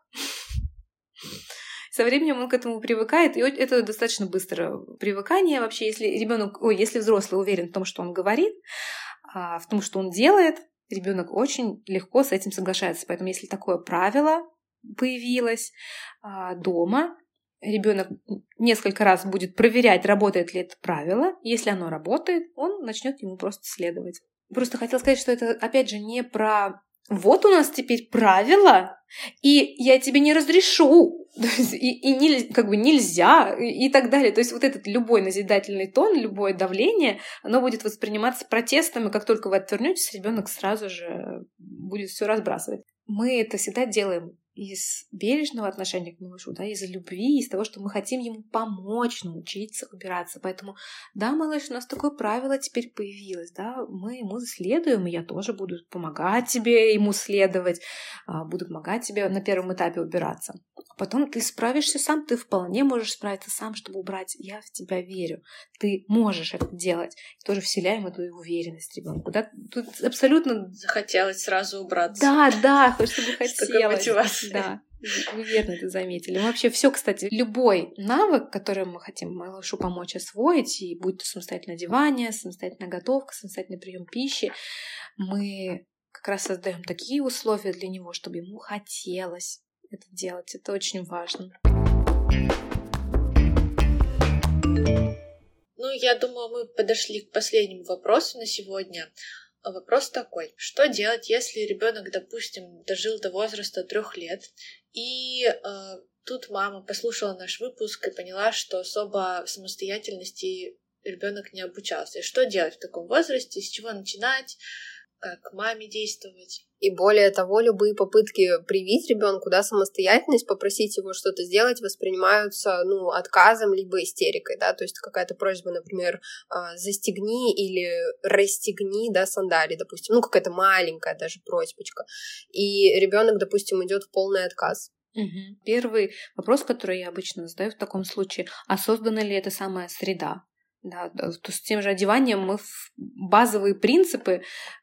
Со временем он к этому привыкает, и это достаточно быстрое привыкание. Вообще, если взрослый уверен в том, что он говорит, в том, что он делает, ребенок очень легко с этим соглашается. Поэтому, если такое правило, появилась дома. Ребенок несколько раз будет проверять, работает ли это правило. Если оно работает, он начнет ему просто следовать. Просто хотела сказать, что это, опять же, не про «вот у нас теперь правила, и я тебе не разрешу», и как бы нельзя, и так далее. То есть вот этот любой назидательный тон, любое давление, оно будет восприниматься протестом, и как только вы отвернетесь, ребенок сразу же будет все разбрасывать. Мы это всегда делаем из бережного отношения к малышу, да, из любви, из того, что мы хотим ему помочь научиться убираться. Поэтому, да, малыш, у нас такое правило теперь появилось, да, мы ему следуем, и я тоже буду помогать тебе ему следовать, буду помогать тебе на первом этапе убираться. Потом ты справишься сам, ты вполне можешь справиться сам, чтобы убрать. Я в тебя верю. Ты можешь это делать. Тоже вселяем эту уверенность ребенку. Да? Тут абсолютно... Захотелось сразу убраться. Да, чтобы хотелось. Такой мотивацией. Да, вы верно это заметили. Вообще все, кстати, любой навык, который мы хотим малышу помочь освоить, и будь то самостоятельное одевание, самостоятельная готовка, самостоятельный прием пищи, мы как раз создаем такие условия для него, чтобы ему хотелось это делать. Это очень важно. Ну, я думаю, мы подошли к последнему вопросу на сегодня. Вопрос такой: что делать, если ребенок, допустим, дожил до возраста 3 лет, и тут мама послушала наш выпуск и поняла, что особо в самостоятельности ребенок не обучался. И что делать в таком возрасте, с чего начинать, как маме действовать? И более того, любые попытки привить ребенку, да, самостоятельность, попросить его что-то сделать, воспринимаются, отказом либо истерикой, да, то есть какая-то просьба, например, застегни или расстегни, да, сандали, допустим, какая-то маленькая даже просьбочка, и ребенок, допустим, идет в полный отказ. Угу. Первый вопрос, который я обычно задаю в таком случае: а создана ли эта самая среда? Да, то с тем же одеванием мы базовые принципы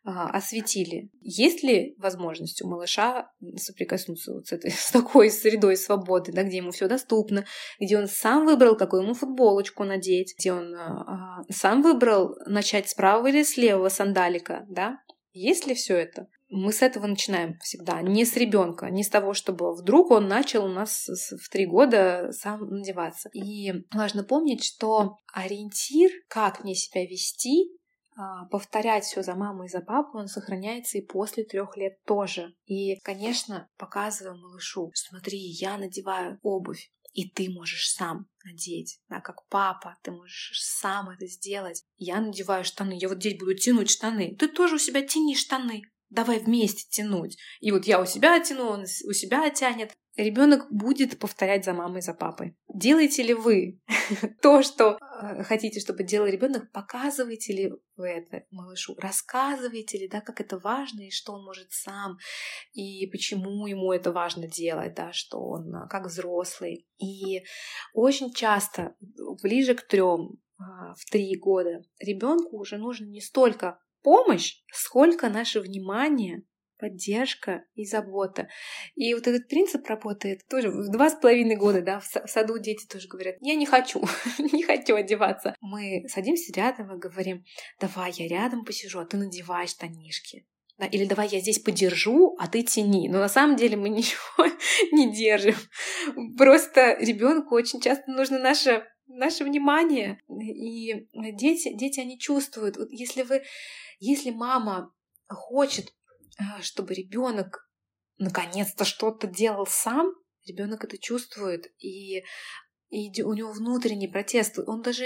осветили. Есть ли возможность у малыша соприкоснуться вот с такой средой свободы, да, где ему все доступно, где он сам выбрал, какую ему футболочку надеть, где он сам выбрал начать с правого или с левого сандалика, да? Есть ли все это? Мы с этого начинаем всегда, не с ребенка, не с того, чтобы вдруг он начал у нас в 3 года сам надеваться. И важно помнить, что ориентир, как мне себя вести, повторять все за маму и за папу, он сохраняется и после 3 лет тоже. И, конечно, показывая малышу: смотри, я надеваю обувь, и ты можешь сам надеть, да, как папа, ты можешь сам это сделать. Я надеваю штаны, я вот здесь буду тянуть штаны, ты тоже у себя тяни штаны. Давай вместе тянуть. И вот я у себя тяну, он у себя тянет. Ребенок будет повторять за мамой, за папой. Делаете ли вы то, что хотите, чтобы делал ребенок? Показываете ли вы это малышу? Рассказываете ли, да, как это важно и что он может сам, и почему ему это важно делать, да, что он как взрослый. И очень часто ближе к 3, в 3 года ребенку уже нужно не столько помощь, сколько наше внимание, поддержка и забота. И вот этот принцип работает тоже в 2,5 года, да, в саду дети тоже говорят: я не хочу, не хочу одеваться. Мы садимся рядом и говорим: давай я рядом посижу, а ты надевай штанишки. Да, или давай я здесь подержу, а ты тяни. Но на самом деле мы ничего не держим. Просто ребенку очень часто нужно наше внимание. И дети, они чувствуют. Вот если мама хочет, чтобы ребенок наконец-то что-то делал сам, ребенок это чувствует, и у него внутренний протест. Он даже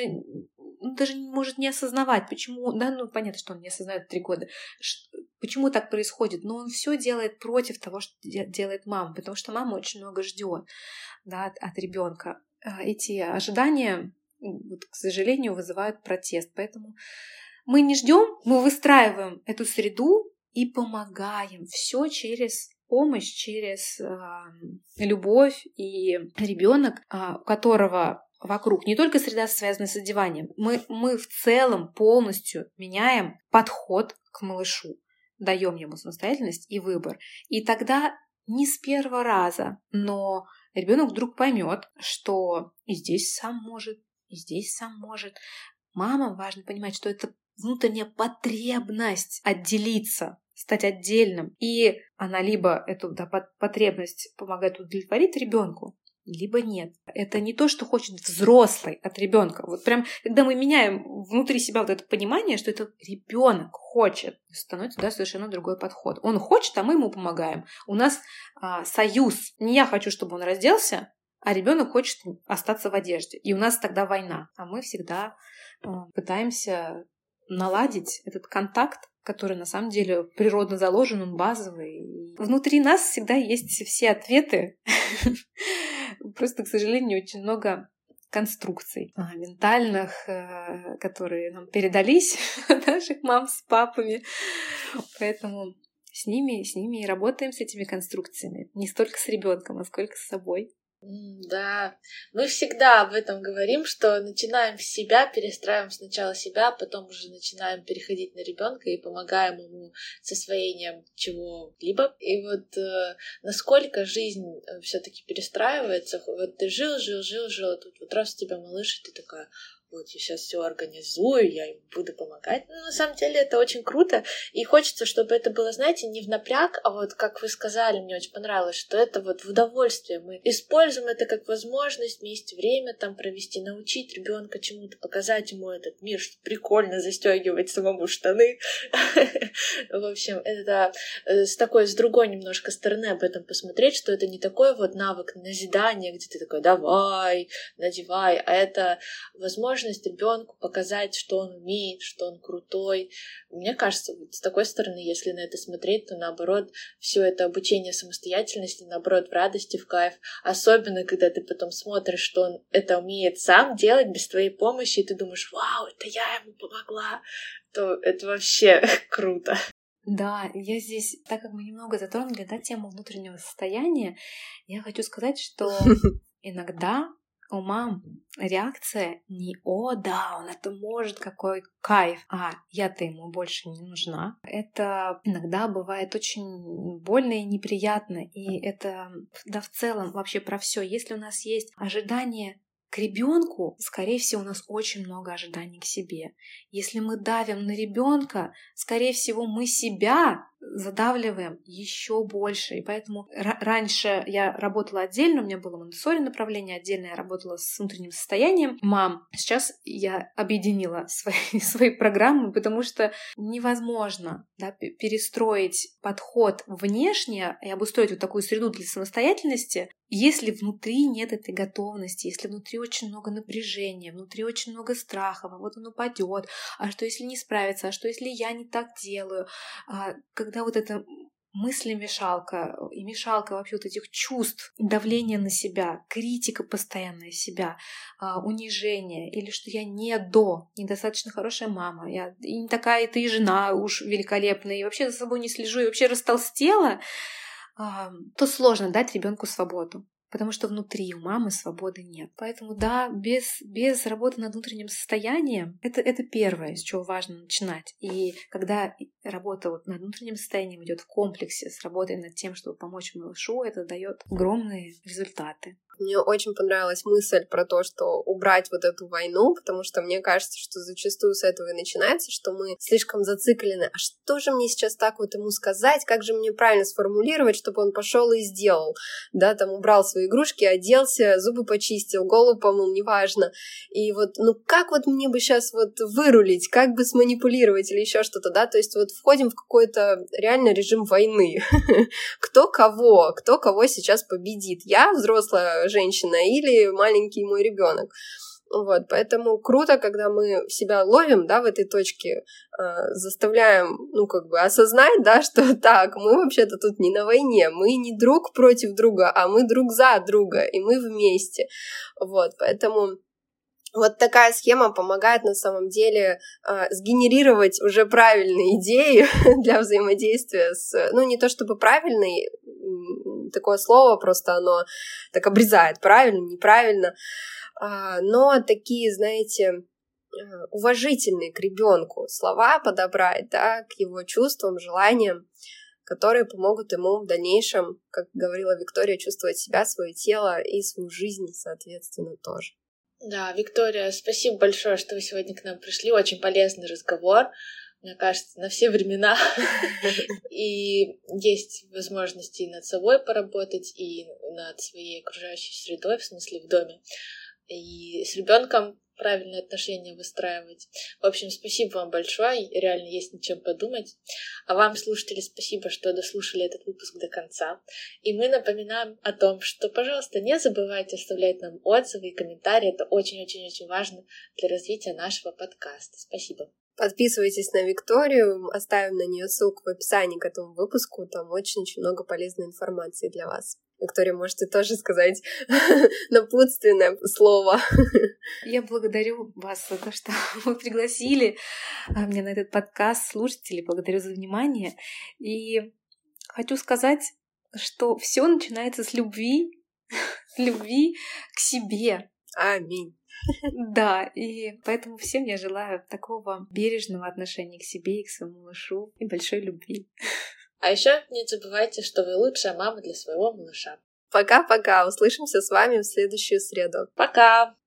может не осознавать, почему, да, понятно, что он не осознает в 3 года, почему так происходит, но он все делает против того, что делает мама, потому что мама очень много ждет, да, от ребенка. Эти ожидания, вот, к сожалению, вызывают протест, поэтому мы не ждем, мы выстраиваем эту среду и помогаем. Все через помощь, через любовь. И ребенок, у которого вокруг не только среда, связанная с одеванием, мы в целом полностью меняем подход к малышу, даем ему самостоятельность и выбор. И тогда не с первого раза, но ребенок вдруг поймет, что и здесь сам может, и здесь сам может. Мамам важно понимать, что это внутренняя потребность отделиться, стать отдельным. И она либо эту потребность помогает удовлетворить ребенку, либо нет. Это не то, что хочет взрослый от ребенка. Вот прям, когда мы меняем внутри себя вот это понимание, что это ребенок хочет, становится совершенно другой подход. Он хочет, а мы ему помогаем. У нас союз. Не я хочу, чтобы он разделся, а ребенок хочет остаться в одежде. И у нас тогда война. А мы всегда пытаемся наладить этот контакт, который на самом деле природно заложен, он базовый. Внутри нас всегда есть все ответы. Просто, к сожалению, очень много конструкций ментальных, которые нам передались от наших мам с папами. Поэтому с ними и работаем, с этими конструкциями. Не столько с ребенком, а сколько с собой. Да, мы всегда об этом говорим, что начинаем с себя, перестраиваем сначала себя, потом уже начинаем переходить на ребенка и помогаем ему с освоением чего-либо. И вот насколько жизнь все-таки перестраивается, вот ты жил, а тут вот раз у тебя малыш, и ты такая: вот я сейчас все организую, я им буду помогать. Ну, на самом деле это очень круто, и хочется, чтобы это было, знаете, не в напряг, а вот, как вы сказали, мне очень понравилось, что это вот в удовольствие. Мы используем это как возможность вместе время там провести, научить ребенка чему-то, показать ему этот мир, что прикольно застегивать самому штаны. В общем, это с другой немножко стороны об этом посмотреть, что это не такой вот навык назидания, где ты такой: давай, надевай, а это возможность ребенку показать, что он умеет, что он крутой. Мне кажется, вот с такой стороны, если на это смотреть, то наоборот, все это обучение самостоятельности, наоборот, в радости, в кайф. Особенно, когда ты потом смотришь, что он это умеет сам делать без твоей помощи, и ты думаешь: вау, это я ему помогла, то это вообще круто. Да, я здесь, так как мы немного затронули тему внутреннего состояния, я хочу сказать, что иногда у мам реакция не «О, да, он это может, какой кайф», а «я-то ему больше не нужна». Это иногда бывает очень больно и неприятно, и это, да, в целом вообще про все. Если у нас есть ожидание к ребенку, скорее всего, у нас очень много ожиданий к себе. Если мы давим на ребенка, скорее всего, мы себя задавливаем еще больше. И поэтому раньше я работала отдельно, у меня было монтессори направление, отдельно я работала с внутренним состоянием мам. Сейчас я объединила свои программы, потому что невозможно, да, перестроить подход внешне и обустроить вот такую среду для самостоятельности, если внутри нет этой готовности, если внутри очень много напряжения, внутри очень много страхов, а вот он упадет, а что если не справится, а что если я не так делаю, когда вот эта мысли-мешалка и мешалка вообще вот этих чувств, давление на себя, критика постоянная себя, унижение, или что я недостаточно хорошая мама, я и не такая, ты и жена уж великолепная, и вообще за собой не слежу, и вообще растолстела, то сложно дать ребенку свободу. Потому что внутри у мамы свободы нет. Поэтому да, без работы над внутренним состоянием, это первое, с чего важно начинать. И когда работа вот над внутренним состоянием идет в комплексе с работой над тем, чтобы помочь малышу, это дает огромные результаты. Мне очень понравилась мысль про то, что убрать вот эту войну, потому что мне кажется, что зачастую с этого и начинается, что мы слишком зациклены. А что же мне сейчас так вот ему сказать? Как же мне правильно сформулировать, чтобы он пошел и сделал? Да, там убрал свои игрушки, оделся, зубы почистил, голову помыл, неважно. И вот, как вот мне бы сейчас вот вырулить, как бы сманипулировать или еще что-то, да? То есть вот входим в какой-то реально режим войны. Кто кого сейчас победит? Я, взрослая женщина, или маленький мой ребенок. Вот, поэтому круто, когда мы себя ловим, да, в этой точке, заставляем, осознать, да, что так, мы вообще-то тут не на войне, мы не друг против друга, а мы друг за друга, и мы вместе. Вот, поэтому вот такая схема помогает на самом деле сгенерировать уже правильные идеи для взаимодействия с... не то чтобы правильный, такое слово, просто оно так обрезает, правильно, неправильно, но такие, знаете, уважительные к ребенку слова подобрать, да, к его чувствам, желаниям, которые помогут ему в дальнейшем, как говорила Виктория, чувствовать себя, свое тело и свою жизнь, соответственно, тоже. Да, Виктория, спасибо большое, что вы сегодня к нам пришли. Очень полезный разговор. Мне кажется, на все времена. И есть возможности и над собой поработать, и над своей окружающей средой, в смысле в доме, и с ребенком правильные отношения выстраивать. В общем, спасибо вам большое, реально есть над чем подумать. А вам, слушатели, спасибо, что дослушали этот выпуск до конца. И мы напоминаем о том, что, пожалуйста, не забывайте оставлять нам отзывы и комментарии. Это очень-очень-очень важно для развития нашего подкаста. Спасибо. Подписывайтесь на Викторию, оставим на нее ссылку в описании к этому выпуску, там очень-очень много полезной информации для вас. Виктория, можете тоже сказать напутственное слово. Я благодарю вас за то, что вы пригласили меня на этот подкаст, слушатели, благодарю за внимание. И хочу сказать, что все начинается с любви к себе. Аминь. Да, и поэтому всем я желаю такого бережного отношения к себе и к своему малышу и большой любви. А еще не забывайте, что вы лучшая мама для своего малыша. Пока-пока. Услышимся с вами в следующую среду. Пока!